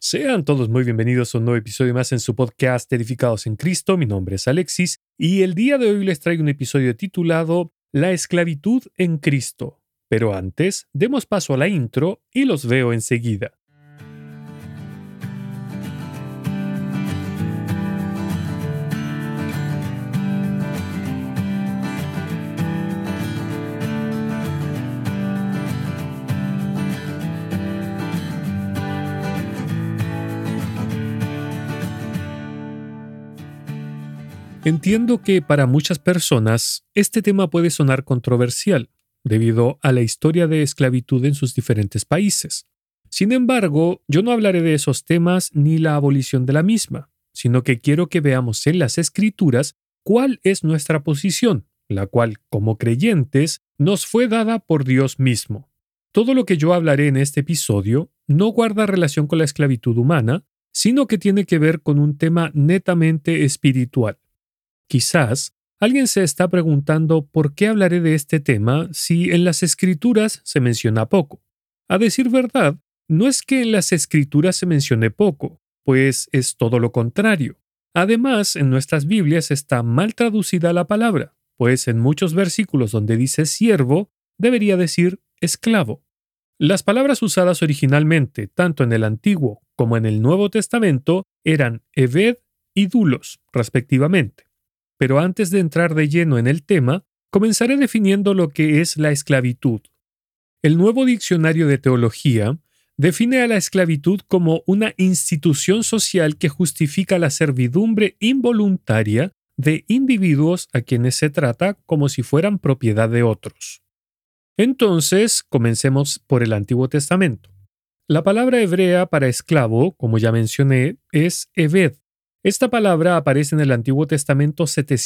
Sean todos muy bienvenidos a un nuevo episodio más en su podcast Edificados en Cristo. Mi nombre es Alexis y el día de hoy les traigo un episodio titulado La esclavitud en Cristo. Pero antes, demos paso a la intro y los veo enseguida. Entiendo que para muchas personas este tema puede sonar controversial, debido a la historia de esclavitud en sus diferentes países. Sin embargo, yo no hablaré de esos temas ni la abolición de la misma, sino que quiero que veamos en las Escrituras cuál es nuestra posición, la cual, como creyentes, nos fue dada por Dios mismo. Todo lo que yo hablaré en este episodio no guarda relación con la esclavitud humana, sino que tiene que ver con un tema netamente espiritual. Quizás alguien se está preguntando por qué hablaré de este tema si en las Escrituras se menciona poco. A decir verdad, no es que en las Escrituras se mencione poco, pues es todo lo contrario. Además, en nuestras Biblias está mal traducida la palabra, pues en muchos versículos donde dice siervo, debería decir esclavo. Las palabras usadas originalmente, tanto en el Antiguo como en el Nuevo Testamento, eran eved y dulos, respectivamente. Pero antes de entrar de lleno en el tema, comenzaré definiendo lo que es la esclavitud. El Nuevo Diccionario de Teología define a la esclavitud como una institución social que justifica la servidumbre involuntaria de individuos a quienes se trata como si fueran propiedad de otros. Entonces, comencemos por el Antiguo Testamento. La palabra hebrea para esclavo, como ya mencioné, es eved. Esta palabra aparece en el Antiguo Testamento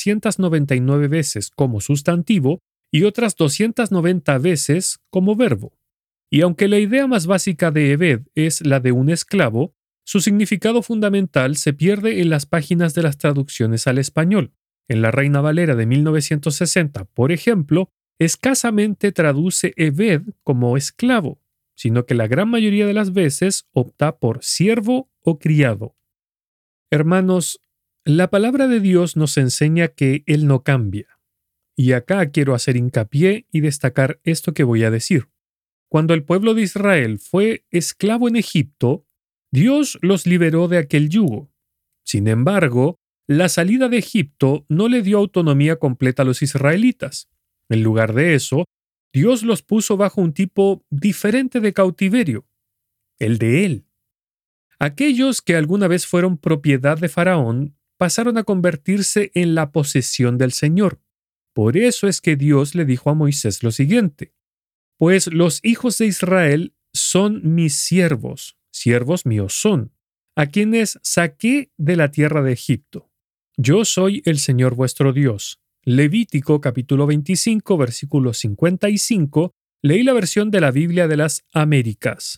799 veces como sustantivo y otras 290 veces como verbo. Y aunque la idea más básica de eved es la de un esclavo, su significado fundamental se pierde en las páginas de las traducciones al español. En la Reina Valera de 1960, por ejemplo, escasamente traduce eved como esclavo, sino que la gran mayoría de las veces opta por siervo o criado. Hermanos, la palabra de Dios nos enseña que Él no cambia. Y acá quiero hacer hincapié y destacar esto que voy a decir. Cuando el pueblo de Israel fue esclavo en Egipto, Dios los liberó de aquel yugo. Sin embargo, la salida de Egipto no le dio autonomía completa a los israelitas. En lugar de eso, Dios los puso bajo un tipo diferente de cautiverio, el de Él. Aquellos que alguna vez fueron propiedad de Faraón pasaron a convertirse en la posesión del Señor. Por eso es que Dios le dijo a Moisés lo siguiente: pues los hijos de Israel son mis siervos, siervos míos son, a quienes saqué de la tierra de Egipto. Yo soy el Señor vuestro Dios. Levítico capítulo 25, versículo 55, leí la versión de la Biblia de las Américas.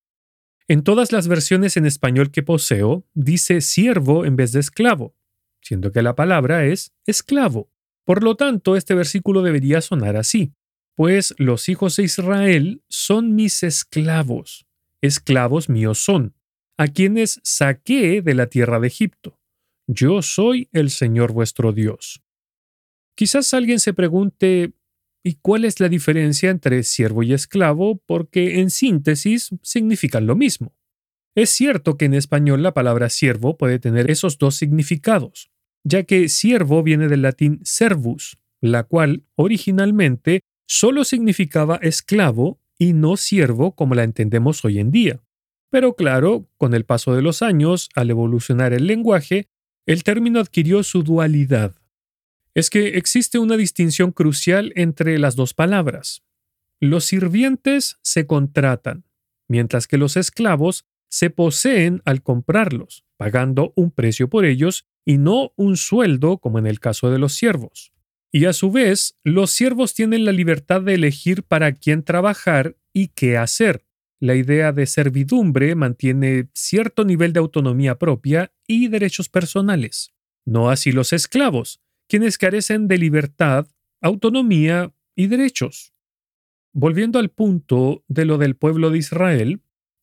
En todas las versiones en español que poseo, dice siervo en vez de esclavo, siendo que la palabra es esclavo. Por lo tanto, este versículo debería sonar así: pues los hijos de Israel son mis esclavos, esclavos míos son, a quienes saqué de la tierra de Egipto. Yo soy el Señor vuestro Dios. Quizás alguien se pregunte, ¿y cuál es la diferencia entre siervo y esclavo? Porque en síntesis significan lo mismo. Es cierto que en español la palabra siervo puede tener esos dos significados, ya que siervo viene del latín servus, la cual originalmente solo significaba esclavo y no siervo como la entendemos hoy en día. Pero claro, con el paso de los años, al evolucionar el lenguaje, el término adquirió su dualidad. Es que existe una distinción crucial entre las dos palabras. Los sirvientes se contratan, mientras que los esclavos se poseen al comprarlos, pagando un precio por ellos y no un sueldo como en el caso de los siervos. Y a su vez, los siervos tienen la libertad de elegir para quién trabajar y qué hacer. La idea de servidumbre mantiene cierto nivel de autonomía propia y derechos personales. No así los esclavos, quienes carecen de libertad, autonomía y derechos. Volviendo al punto de lo del pueblo de Israel,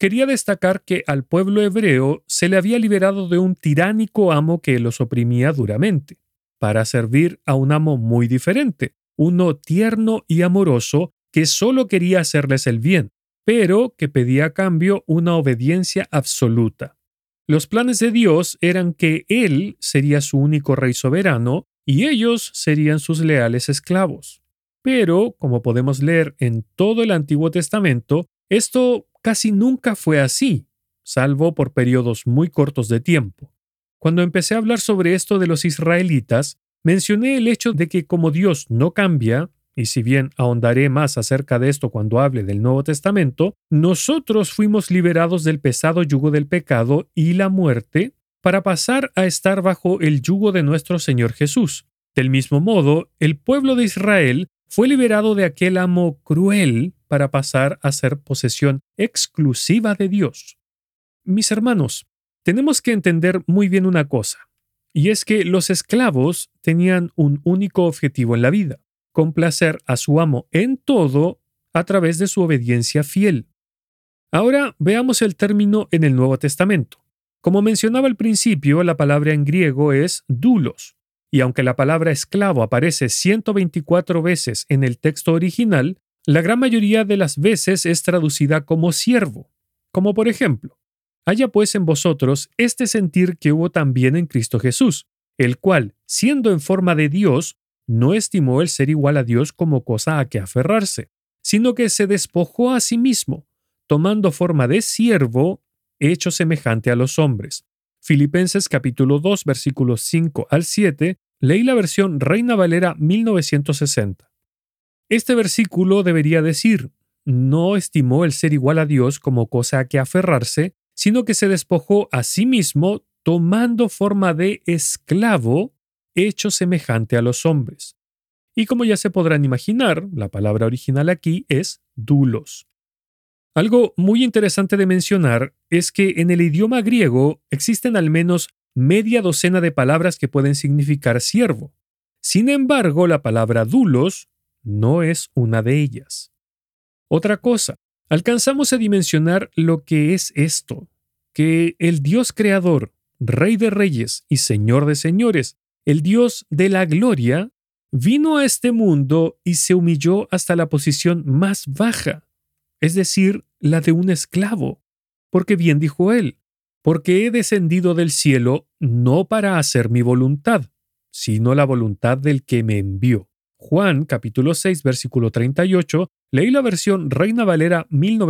quería destacar que al pueblo hebreo se le había liberado de un tiránico amo que los oprimía duramente, para servir a un amo muy diferente, uno tierno y amoroso que solo quería hacerles el bien, pero que pedía a cambio una obediencia absoluta. Los planes de Dios eran que Él sería su único rey soberano y ellos serían sus leales esclavos. Pero, como podemos leer en todo el Antiguo Testamento, esto casi nunca fue así, salvo por periodos muy cortos de tiempo. Cuando empecé a hablar sobre esto de los israelitas, mencioné el hecho de que como Dios no cambia, y si bien ahondaré más acerca de esto cuando hable del Nuevo Testamento, nosotros fuimos liberados del pesado yugo del pecado y la muerte para pasar a estar bajo el yugo de nuestro Señor Jesús. Del mismo modo, el pueblo de Israel fue liberado de aquel amo cruel para pasar a ser posesión exclusiva de Dios. Mis hermanos, tenemos que entender muy bien una cosa, y es que los esclavos tenían un único objetivo en la vida: complacer a su amo en todo a través de su obediencia fiel. Ahora veamos el término en el Nuevo Testamento. Como mencionaba al principio, la palabra en griego es doulos, y aunque la palabra esclavo aparece 124 veces en el texto original, la gran mayoría de las veces es traducida como siervo, como por ejemplo: haya pues en vosotros este sentir que hubo también en Cristo Jesús, el cual, siendo en forma de Dios, no estimó el ser igual a Dios como cosa a que aferrarse, sino que se despojó a sí mismo, tomando forma de siervo, hecho semejante a los hombres. Filipenses capítulo 2, versículos 5 al 7, leí la versión Reina Valera 1960. Este versículo debería decir: no estimó el ser igual a Dios como cosa a que aferrarse, sino que se despojó a sí mismo, tomando forma de esclavo, hecho semejante a los hombres. Y como ya se podrán imaginar, la palabra original aquí es doulos. Algo muy interesante de mencionar es que en el idioma griego existen al menos media docena de palabras que pueden significar siervo. Sin embargo, la palabra doulos no es una de ellas. Otra cosa, alcanzamos a dimensionar lo que es esto: que el Dios creador, Rey de reyes y Señor de señores, el Dios de la gloria, vino a este mundo y se humilló hasta la posición más baja, es decir, la de un esclavo. Porque bien dijo él: porque he descendido del cielo no para hacer mi voluntad, sino la voluntad del que me envió. Juan capítulo 6, versículo 38, leí la versión Reina Valera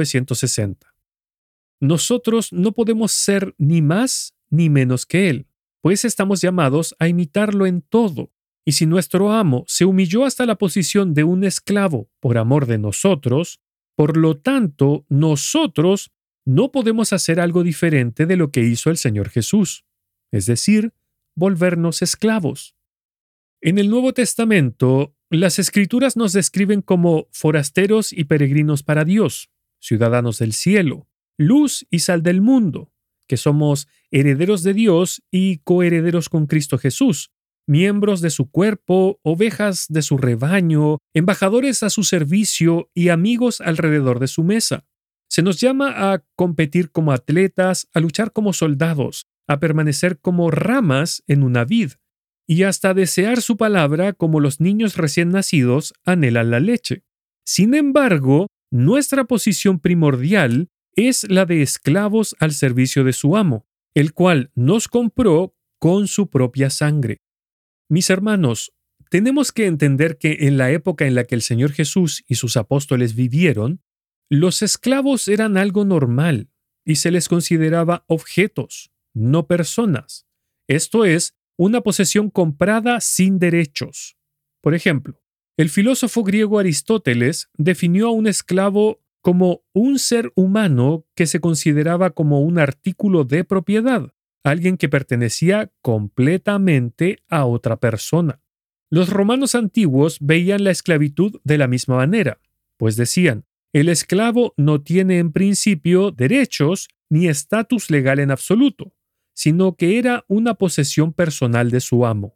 1960. Nosotros no podemos ser ni más ni menos que Él, pues estamos llamados a imitarlo en todo. Y si nuestro amo se humilló hasta la posición de un esclavo por amor de nosotros, por lo tanto, nosotros no podemos hacer algo diferente de lo que hizo el Señor Jesús, es decir, volvernos esclavos. En el Nuevo Testamento, las Escrituras nos describen como forasteros y peregrinos para Dios, ciudadanos del cielo, luz y sal del mundo, que somos herederos de Dios y coherederos con Cristo Jesús, miembros de su cuerpo, ovejas de su rebaño, embajadores a su servicio y amigos alrededor de su mesa. Se nos llama a competir como atletas, a luchar como soldados, a permanecer como ramas en una vid, y hasta desear su palabra como los niños recién nacidos anhelan la leche. Sin embargo, nuestra posición primordial es la de esclavos al servicio de su amo, el cual nos compró con su propia sangre. Mis hermanos, tenemos que entender que en la época en la que el Señor Jesús y sus apóstoles vivieron, los esclavos eran algo normal y se les consideraba objetos, no personas. Esto es, una posesión comprada sin derechos. Por ejemplo, el filósofo griego Aristóteles definió a un esclavo como un ser humano que se consideraba como un artículo de propiedad, alguien que pertenecía completamente a otra persona. Los romanos antiguos veían la esclavitud de la misma manera, pues decían: el esclavo no tiene en principio derechos ni estatus legal en absoluto, sino que era una posesión personal de su amo.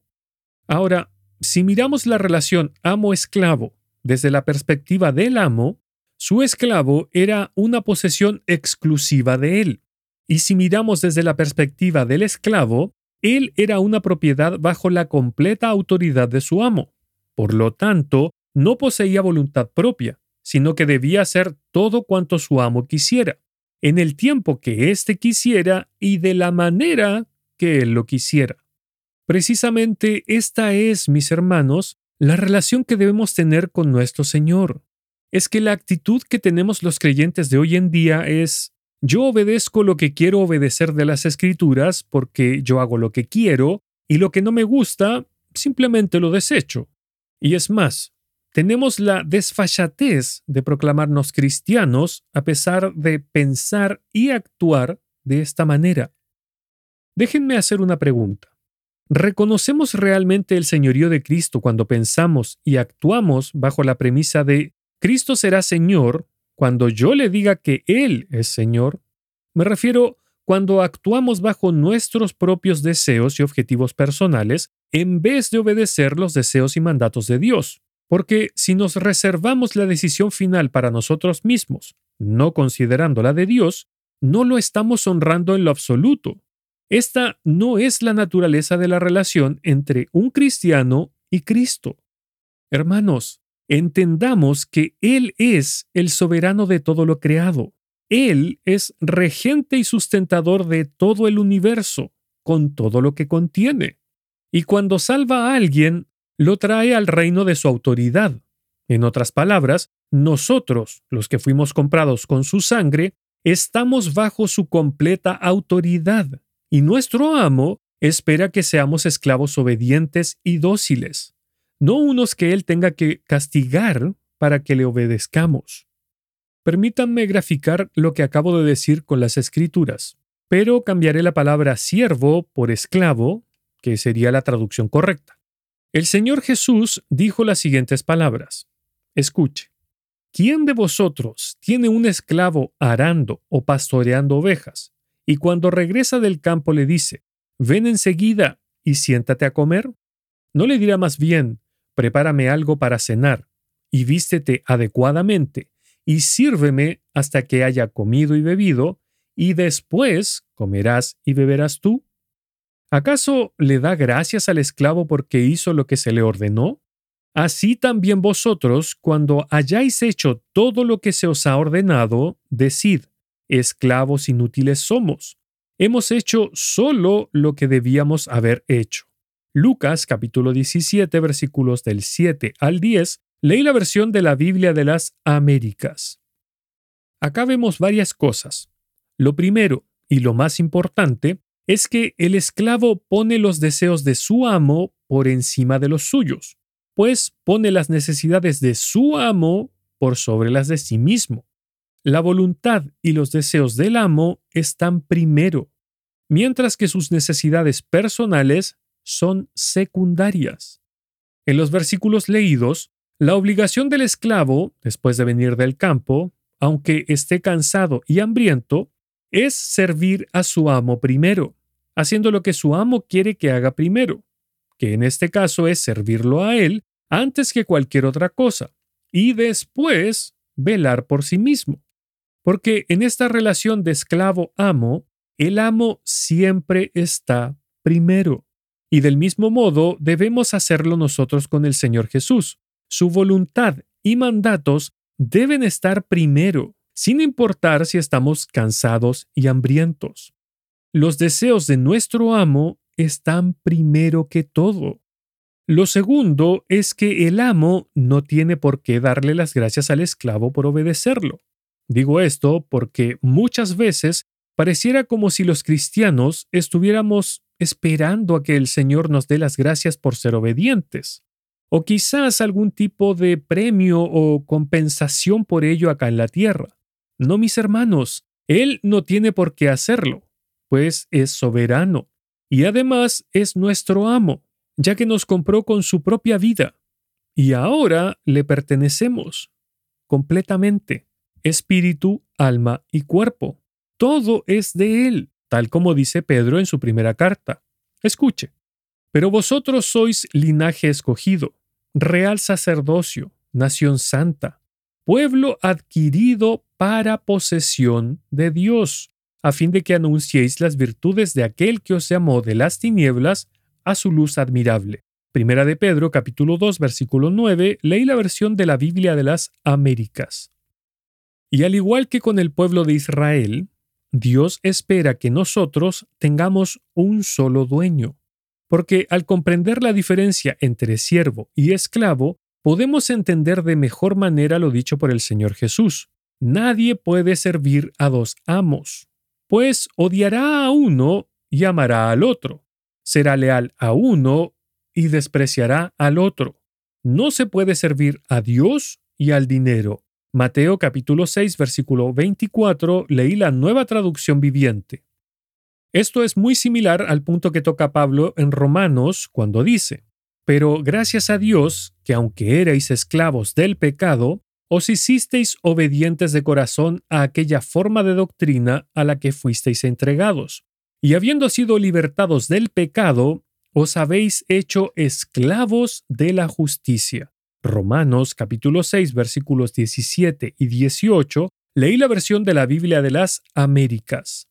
Ahora, si miramos la relación amo-esclavo desde la perspectiva del amo, Su esclavo era una posesión exclusiva de él. Y si miramos desde la perspectiva del esclavo, él era una propiedad bajo la completa autoridad de su amo. Por lo tanto, no poseía voluntad propia, sino que debía hacer todo cuanto su amo quisiera, en el tiempo que éste quisiera y de la manera que él lo quisiera. Precisamente esta es, mis hermanos, la relación que debemos tener con nuestro Señor. Es que la actitud que tenemos los creyentes de hoy en día es: yo obedezco lo que quiero obedecer de las Escrituras porque yo hago lo que quiero y lo que no me gusta simplemente lo desecho. Y es más, tenemos la desfachatez de proclamarnos cristianos a pesar de pensar y actuar de esta manera. Déjenme hacer una pregunta. ¿Reconocemos realmente el señorío de Cristo cuando pensamos y actuamos bajo la premisa de Cristo será Señor cuando yo le diga que Él es Señor? Me refiero cuando actuamos bajo nuestros propios deseos y objetivos personales en vez de obedecer los deseos y mandatos de Dios. Porque si nos reservamos la decisión final para nosotros mismos, no considerando la de Dios, no lo estamos honrando en lo absoluto. Esta no es la naturaleza de la relación entre un cristiano y Cristo. Hermanos, entendamos que Él es el soberano de todo lo creado. Él es regente y sustentador de todo el universo, con todo lo que contiene. Y cuando salva a alguien, lo trae al reino de su autoridad. En otras palabras, nosotros, los que fuimos comprados con su sangre, estamos bajo su completa autoridad. Y nuestro amo espera que seamos esclavos obedientes y dóciles, no unos que él tenga que castigar para que le obedezcamos. Permítanme graficar lo que acabo de decir con las Escrituras, pero cambiaré la palabra siervo por esclavo, que sería la traducción correcta. El Señor Jesús dijo las siguientes palabras. Escuche. ¿Quién de vosotros tiene un esclavo arando o pastoreando ovejas, y cuando regresa del campo le dice, ven enseguida y siéntate a comer? ¿No le dirá más bien, prepárame algo para cenar, y vístete adecuadamente, y sírveme hasta que haya comido y bebido, y después comerás y beberás tú? ¿Acaso le da gracias al esclavo porque hizo lo que se le ordenó? Así también vosotros, cuando hayáis hecho todo lo que se os ha ordenado, decid, esclavos inútiles somos. Hemos hecho solo lo que debíamos haber hecho. Lucas capítulo 17 versículos del 7 al 10, leí la versión de la Biblia de las Américas. Acá vemos varias cosas. Lo primero, y lo más importante, es que el esclavo pone los deseos de su amo por encima de los suyos, pues pone las necesidades de su amo por sobre las de sí mismo. La voluntad y los deseos del amo están primero, mientras que sus necesidades personales son secundarias. En los versículos leídos, la obligación del esclavo, después de venir del campo, aunque esté cansado y hambriento, es servir a su amo primero, haciendo lo que su amo quiere que haga primero, que en este caso es servirlo a él antes que cualquier otra cosa, y después velar por sí mismo. Porque en esta relación de esclavo-amo, el amo siempre está primero. Y del mismo modo debemos hacerlo nosotros con el Señor Jesús. Su voluntad y mandatos deben estar primero, sin importar si estamos cansados y hambrientos. Los deseos de nuestro amo están primero que todo. Lo segundo es que el amo no tiene por qué darle las gracias al esclavo por obedecerlo. Digo esto porque muchas veces pareciera como si los cristianos estuviéramos esperando a que el Señor nos dé las gracias por ser obedientes, o quizás algún tipo de premio o compensación por ello acá en la tierra. No, mis hermanos, Él no tiene por qué hacerlo, pues es soberano, y además es nuestro amo, ya que nos compró con su propia vida, y ahora le pertenecemos completamente. Espíritu, alma y cuerpo. Todo es de Él, tal como dice Pedro en su primera carta. Escuche. Pero vosotros sois linaje escogido, real sacerdocio, nación santa, pueblo adquirido para posesión de Dios, a fin de que anunciéis las virtudes de aquel que os llamó de las tinieblas a su luz admirable. Primera de Pedro, capítulo 2, versículo 9, leí la versión de la Biblia de las Américas. Y al igual que con el pueblo de Israel, Dios espera que nosotros tengamos un solo dueño, porque al comprender la diferencia entre siervo y esclavo, podemos entender de mejor manera lo dicho por el Señor Jesús. Nadie puede servir a dos amos, pues odiará a uno y amará al otro. Será leal a uno y despreciará al otro. No se puede servir a Dios y al dinero. Mateo capítulo 6, versículo 24, leí la Nueva Traducción Viviente. Esto es muy similar al punto que toca Pablo en Romanos cuando dice: pero gracias a Dios, que aunque erais esclavos del pecado, os hicisteis obedientes de corazón a aquella forma de doctrina a la que fuisteis entregados, y habiendo sido libertados del pecado, os habéis hecho esclavos de la justicia. Romanos capítulo 6, versículos 17 y 18, leí la versión de la Biblia de las Américas.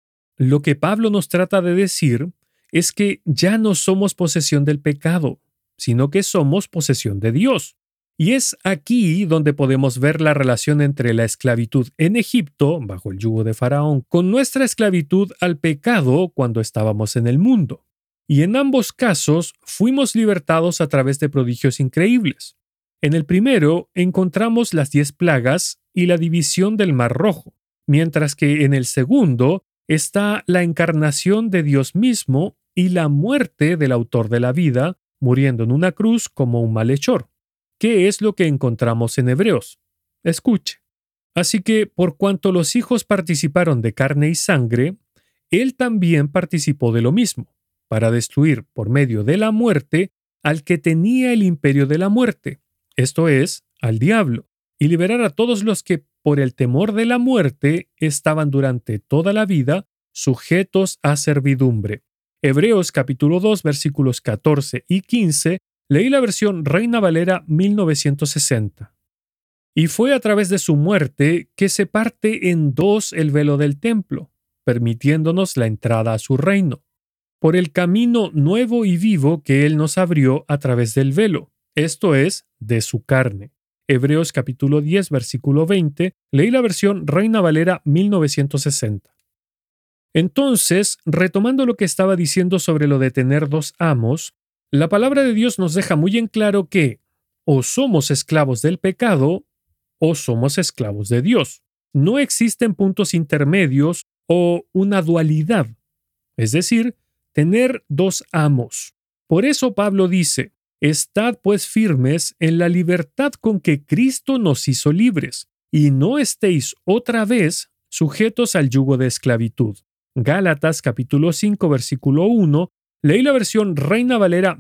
Lo que Pablo nos trata de decir es que ya no somos posesión del pecado, sino que somos posesión de Dios. Y es aquí donde podemos ver la relación entre la esclavitud en Egipto, bajo el yugo de Faraón, con nuestra esclavitud al pecado cuando estábamos en el mundo. Y en ambos casos fuimos libertados a través de prodigios increíbles. En el primero encontramos las 10 plagas y la división del Mar Rojo, mientras que en el segundo está la encarnación de Dios mismo y la muerte del autor de la vida, muriendo en una cruz como un malhechor. ¿Qué es lo que encontramos en Hebreos? Escuche. Así que, por cuanto los hijos participaron de carne y sangre, él también participó de lo mismo, para destruir por medio de la muerte al que tenía el imperio de la muerte, esto es, al diablo, y liberar a todos los que, por el temor de la muerte, estaban durante toda la vida sujetos a servidumbre. Hebreos capítulo 2, versículos 14 y 15, leí la versión Reina Valera 1960. Y fue a través de su muerte que se parte en dos el velo del templo, permitiéndonos la entrada a su reino, por el camino nuevo y vivo que Él nos abrió a través del velo, esto es, de su carne. Hebreos capítulo 10, versículo 20, leí la versión Reina Valera 1960. Entonces, retomando lo que estaba diciendo sobre lo de tener dos amos, la palabra de Dios nos deja muy en claro que o somos esclavos del pecado o somos esclavos de Dios. No existen puntos intermedios o una dualidad, es decir, tener dos amos. Por eso Pablo dice: estad pues firmes en la libertad con que Cristo nos hizo libres, y no estéis otra vez sujetos al yugo de esclavitud. Gálatas capítulo 5 versículo 1, leí la versión Reina Valera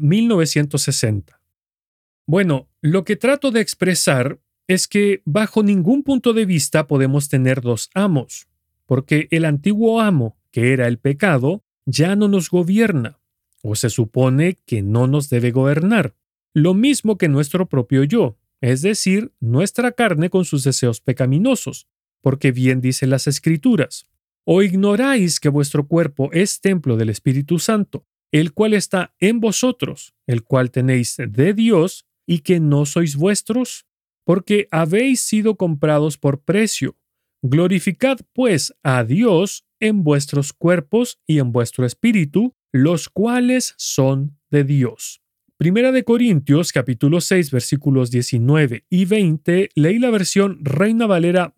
1960. Bueno, lo que trato de expresar es que bajo ningún punto de vista podemos tener dos amos, porque el antiguo amo, que era el pecado, ya no nos gobierna, o se supone que no nos debe gobernar, lo mismo que nuestro propio yo, es decir, nuestra carne con sus deseos pecaminosos, porque bien dicen las Escrituras: ¿o ignoráis que vuestro cuerpo es templo del Espíritu Santo, el cual está en vosotros, el cual tenéis de Dios, y que no sois vuestros? Porque habéis sido comprados por precio. Glorificad pues a Dios en vuestros cuerpos y en vuestro espíritu, los cuales son de Dios. Primera de Corintios capítulo 6 versículos 19 y 20, leí la versión Reina Valera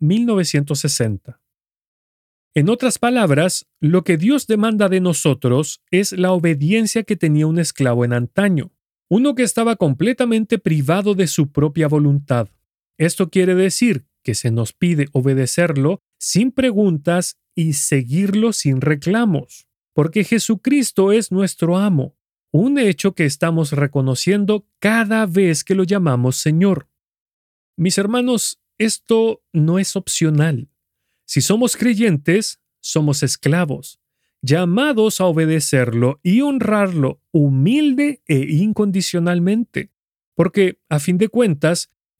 1960. En otras palabras, lo que Dios demanda de nosotros es la obediencia que tenía un esclavo en antaño, uno que estaba completamente privado de su propia voluntad. Esto quiere decir que se nos pide obedecerlo sin preguntas y seguirlo sin reclamos, porque Jesucristo es nuestro amo, un hecho que estamos reconociendo cada vez que lo llamamos Señor. Mis hermanos, esto no es opcional. Si somos creyentes, somos esclavos, llamados a obedecerlo y honrarlo humilde e incondicionalmente, porque, a fin de cuentas,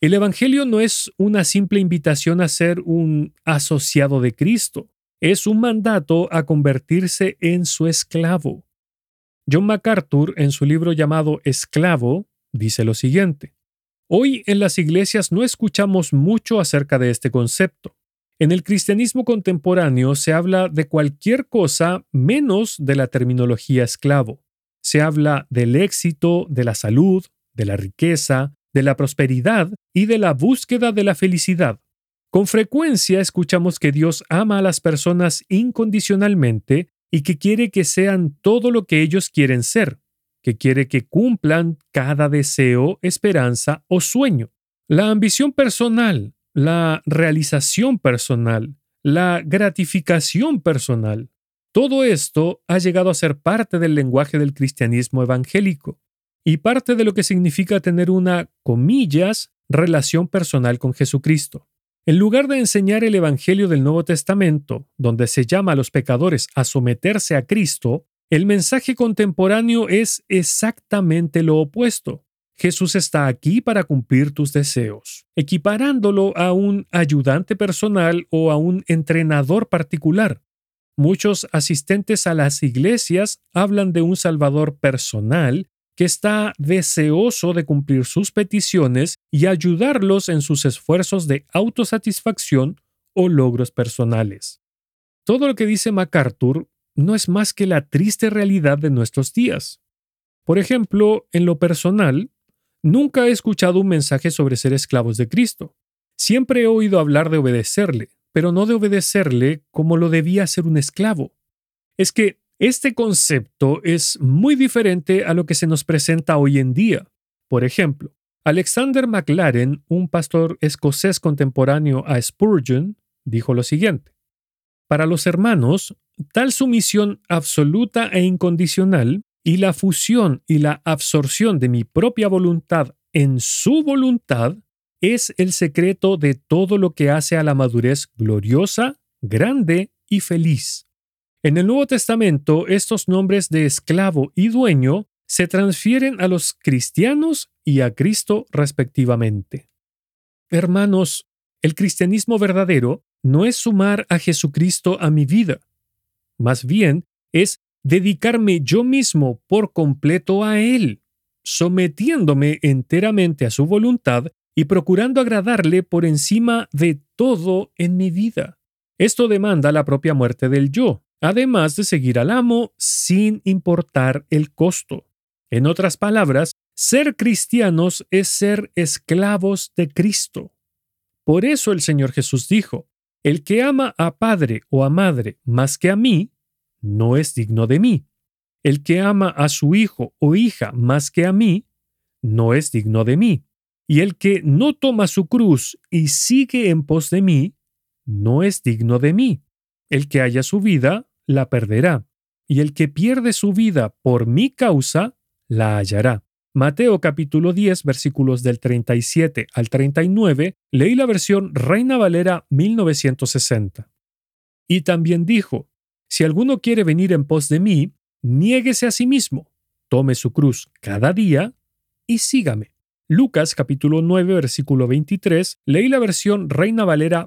El Evangelio no es una simple invitación a ser un asociado de Cristo, es un mandato a convertirse en su esclavo. John MacArthur, en su libro llamado Esclavo, dice lo siguiente: hoy en las iglesias no escuchamos mucho acerca de este concepto. En el cristianismo contemporáneo se habla de cualquier cosa menos de la terminología esclavo. Se habla del éxito, de la salud, de la riqueza, de la prosperidad y de la búsqueda de la felicidad. Con frecuencia escuchamos que Dios ama a las personas incondicionalmente y que quiere que sean todo lo que ellos quieren ser, que quiere que cumplan cada deseo, esperanza o sueño. La ambición personal, la realización personal, la gratificación personal, todo esto ha llegado a ser parte del lenguaje del cristianismo evangélico y parte de lo que significa tener una, comillas, relación personal con Jesucristo. En lugar de enseñar el Evangelio del Nuevo Testamento, donde se llama a los pecadores a someterse a Cristo, el mensaje contemporáneo es exactamente lo opuesto. Jesús está aquí para cumplir tus deseos, equiparándolo a un ayudante personal o a un entrenador particular. Muchos asistentes a las iglesias hablan de un Salvador personal que está deseoso de cumplir sus peticiones y ayudarlos en sus esfuerzos de autosatisfacción o logros personales. Todo lo que dice MacArthur no es más que la triste realidad de nuestros días. Por ejemplo, en lo personal, nunca he escuchado un mensaje sobre ser esclavos de Cristo. Siempre he oído hablar de obedecerle, pero no de obedecerle como lo debía ser un esclavo. Es que este concepto es muy diferente a lo que se nos presenta hoy en día. Por ejemplo, Alexander MacLaren, un pastor escocés contemporáneo a Spurgeon, dijo lo siguiente: para los hermanos, tal sumisión absoluta e incondicional y la fusión y la absorción de mi propia voluntad en su voluntad es el secreto de todo lo que hace a la madurez gloriosa, grande y feliz. En el Nuevo Testamento, estos nombres de esclavo y dueño se transfieren a los cristianos y a Cristo respectivamente. Hermanos, el cristianismo verdadero no es sumar a Jesucristo a mi vida. Más bien, es dedicarme yo mismo por completo a Él, sometiéndome enteramente a su voluntad y procurando agradarle por encima de todo en mi vida. Esto demanda la propia muerte del yo, además de seguir al amo sin importar el costo. En otras palabras, ser cristianos es ser esclavos de Cristo. Por eso el Señor Jesús dijo: el que ama a padre o a madre más que a mí, no es digno de mí. El que ama a su hijo o hija más que a mí, no es digno de mí. Y el que no toma su cruz y sigue en pos de mí, no es digno de mí. El que haya su vida, la perderá. Y el que pierde su vida por mi causa, la hallará. Mateo capítulo 10, versículos del 37 al 39, leí la versión Reina Valera 1960. Y también dijo: si alguno quiere venir en pos de mí, niéguese a sí mismo, tome su cruz cada día y sígame. Lucas capítulo 9, versículo 23, leí la versión Reina Valera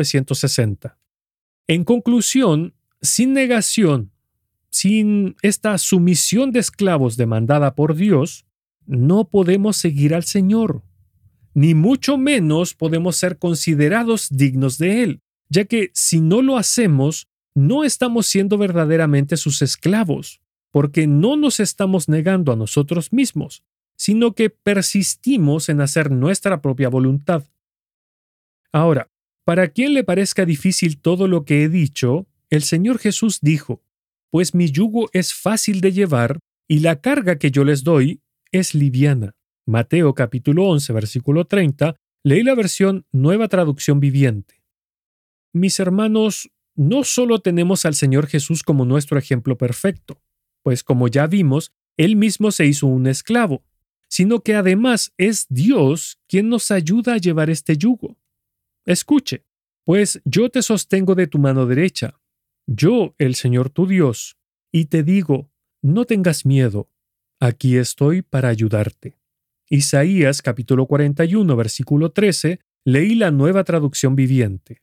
1960. En conclusión, sin negación, sin esta sumisión de esclavos demandada por Dios, no podemos seguir al Señor, ni mucho menos podemos ser considerados dignos de Él, ya que si no lo hacemos, no estamos siendo verdaderamente sus esclavos, porque no nos estamos negando a nosotros mismos, sino que persistimos en hacer nuestra propia voluntad. Ahora, para quien le parezca difícil todo lo que he dicho, el Señor Jesús dijo: pues mi yugo es fácil de llevar y la carga que yo les doy es liviana. Mateo capítulo 11, versículo 30, leí la versión Nueva Traducción Viviente. Mis hermanos, no solo tenemos al Señor Jesús como nuestro ejemplo perfecto, pues como ya vimos, Él mismo se hizo un esclavo, sino que además es Dios quien nos ayuda a llevar este yugo. Escuche, pues yo te sostengo de tu mano derecha, yo, el Señor tu Dios, y te digo: no tengas miedo, aquí estoy para ayudarte. Isaías capítulo 41, versículo 13, leí la Nueva Traducción Viviente.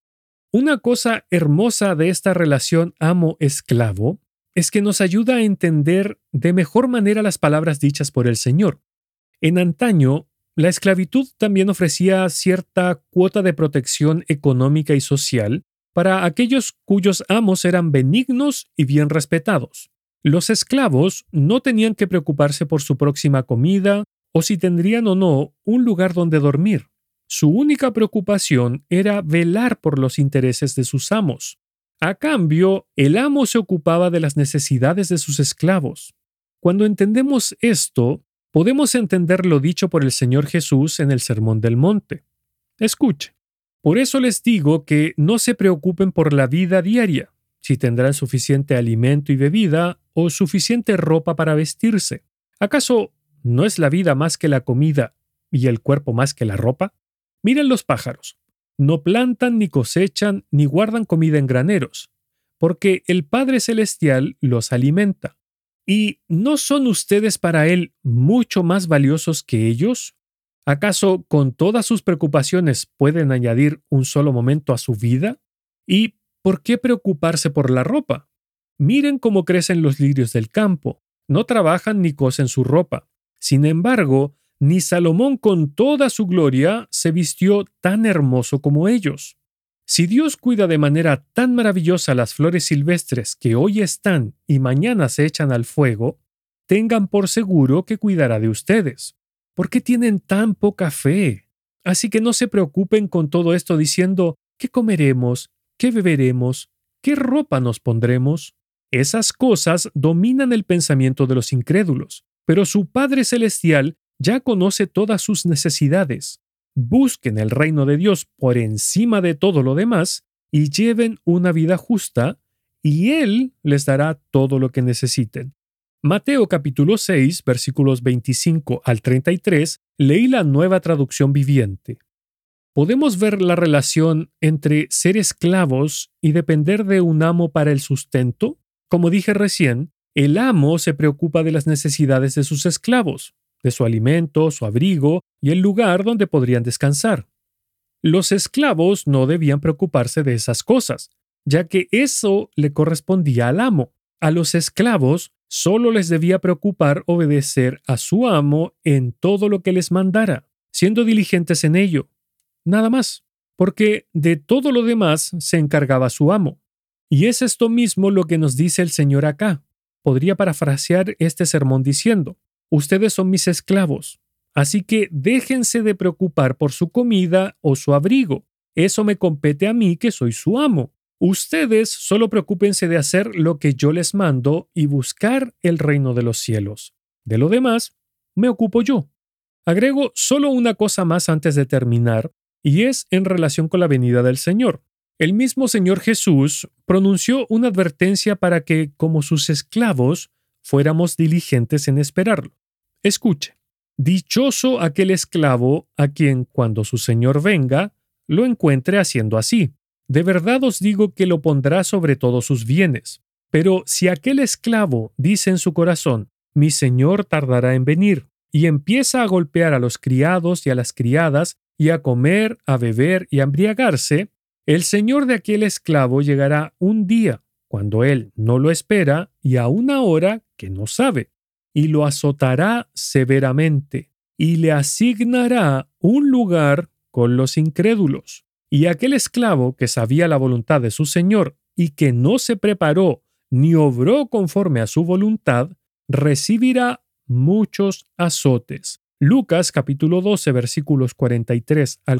Una cosa hermosa de esta relación amo-esclavo es que nos ayuda a entender de mejor manera las palabras dichas por el Señor. En antaño, la esclavitud también ofrecía cierta cuota de protección económica y social para aquellos cuyos amos eran benignos y bien respetados. Los esclavos no tenían que preocuparse por su próxima comida o si tendrían o no un lugar donde dormir. Su única preocupación era velar por los intereses de sus amos. A cambio, el amo se ocupaba de las necesidades de sus esclavos. Cuando entendemos esto, podemos entender lo dicho por el Señor Jesús en el Sermón del Monte. Escuche. Por eso les digo que no se preocupen por la vida diaria, si tendrán suficiente alimento y bebida o suficiente ropa para vestirse. ¿Acaso no es la vida más que la comida y el cuerpo más que la ropa? Miren los pájaros. No plantan, ni cosechan, ni guardan comida en graneros, porque el Padre Celestial los alimenta. ¿Y no son ustedes para Él mucho más valiosos que ellos? ¿Acaso con todas sus preocupaciones pueden añadir un solo momento a su vida? ¿Y por qué preocuparse por la ropa? Miren cómo crecen los lirios del campo. No trabajan ni cosen su ropa. Sin embargo, ni Salomón con toda su gloria se vistió tan hermoso como ellos. Si Dios cuida de manera tan maravillosa las flores silvestres que hoy están y mañana se echan al fuego, tengan por seguro que cuidará de ustedes. ¿Por qué tienen tan poca fe? Así que no se preocupen con todo esto diciendo, ¿qué comeremos? ¿Qué beberemos? ¿Qué ropa nos pondremos? Esas cosas dominan el pensamiento de los incrédulos, pero su Padre Celestial ya conoce todas sus necesidades. Busquen el reino de Dios por encima de todo lo demás y lleven una vida justa, y Él les dará todo lo que necesiten. Mateo capítulo 6, versículos 25 al 33, leí la Nueva Traducción Viviente. Podemos ver la relación entre ser esclavos y depender de un amo para el sustento. Como dije recién, el amo se preocupa de las necesidades de sus esclavos, de su alimento, su abrigo y el lugar donde podrían descansar. Los esclavos no debían preocuparse de esas cosas, ya que eso le correspondía al amo. A los esclavos solo les debía preocupar obedecer a su amo en todo lo que les mandara, siendo diligentes en ello. Nada más, porque de todo lo demás se encargaba su amo. Y es esto mismo lo que nos dice el Señor acá. Podría parafrasear este sermón diciendo: ustedes son mis esclavos, así que déjense de preocupar por su comida o su abrigo. Eso me compete a mí, que soy su amo. Ustedes solo preocúpense de hacer lo que yo les mando y buscar el reino de los cielos. De lo demás, me ocupo yo. Agrego solo una cosa más antes de terminar, y es en relación con la venida del Señor. El mismo Señor Jesús pronunció una advertencia para que, como sus esclavos, fuéramos diligentes en esperarlo. Escuche: dichoso aquel esclavo a quien, cuando su Señor venga, lo encuentre haciendo así. De verdad os digo que lo pondrá sobre todos sus bienes. Pero si aquel esclavo dice en su corazón, mi Señor tardará en venir, y empieza a golpear a los criados y a las criadas, y a comer, a beber y a embriagarse, el Señor de aquel esclavo llegará un día, cuando él no lo espera, y a una hora que no sabe, y lo azotará severamente, y le asignará un lugar con los incrédulos. Y aquel esclavo que sabía la voluntad de su Señor y que no se preparó ni obró conforme a su voluntad, recibirá muchos azotes. Lucas capítulo 12 versículos 43 al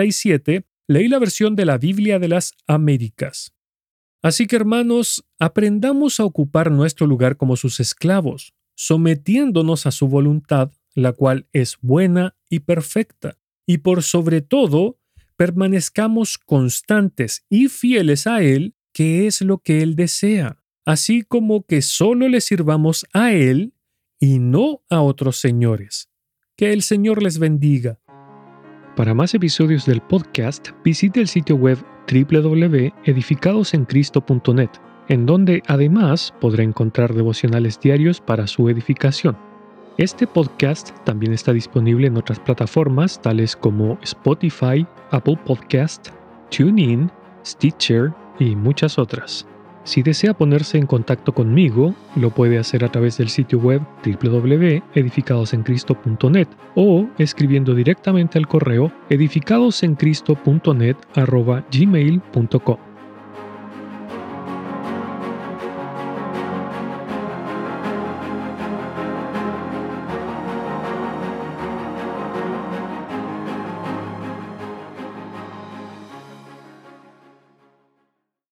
47, leí la versión de la Biblia de las Américas. Así que, hermanos, aprendamos a ocupar nuestro lugar como sus esclavos, sometiéndonos a su voluntad, la cual es buena y perfecta, y por sobre todo, permanezcamos constantes y fieles a Él, que es lo que Él desea, así como que solo le sirvamos a Él y no a otros señores. Que el Señor les bendiga. Para más episodios del podcast, visite el sitio web www.edificadosencristo.net, en donde además podrá encontrar devocionales diarios para su edificación. Este podcast también está disponible en otras plataformas tales como Spotify, Apple Podcast, TuneIn, Stitcher y muchas otras. Si desea ponerse en contacto conmigo, lo puede hacer a través del sitio web www.edificadosencristo.net o escribiendo directamente al correo edificadosencristo.net@gmail.com.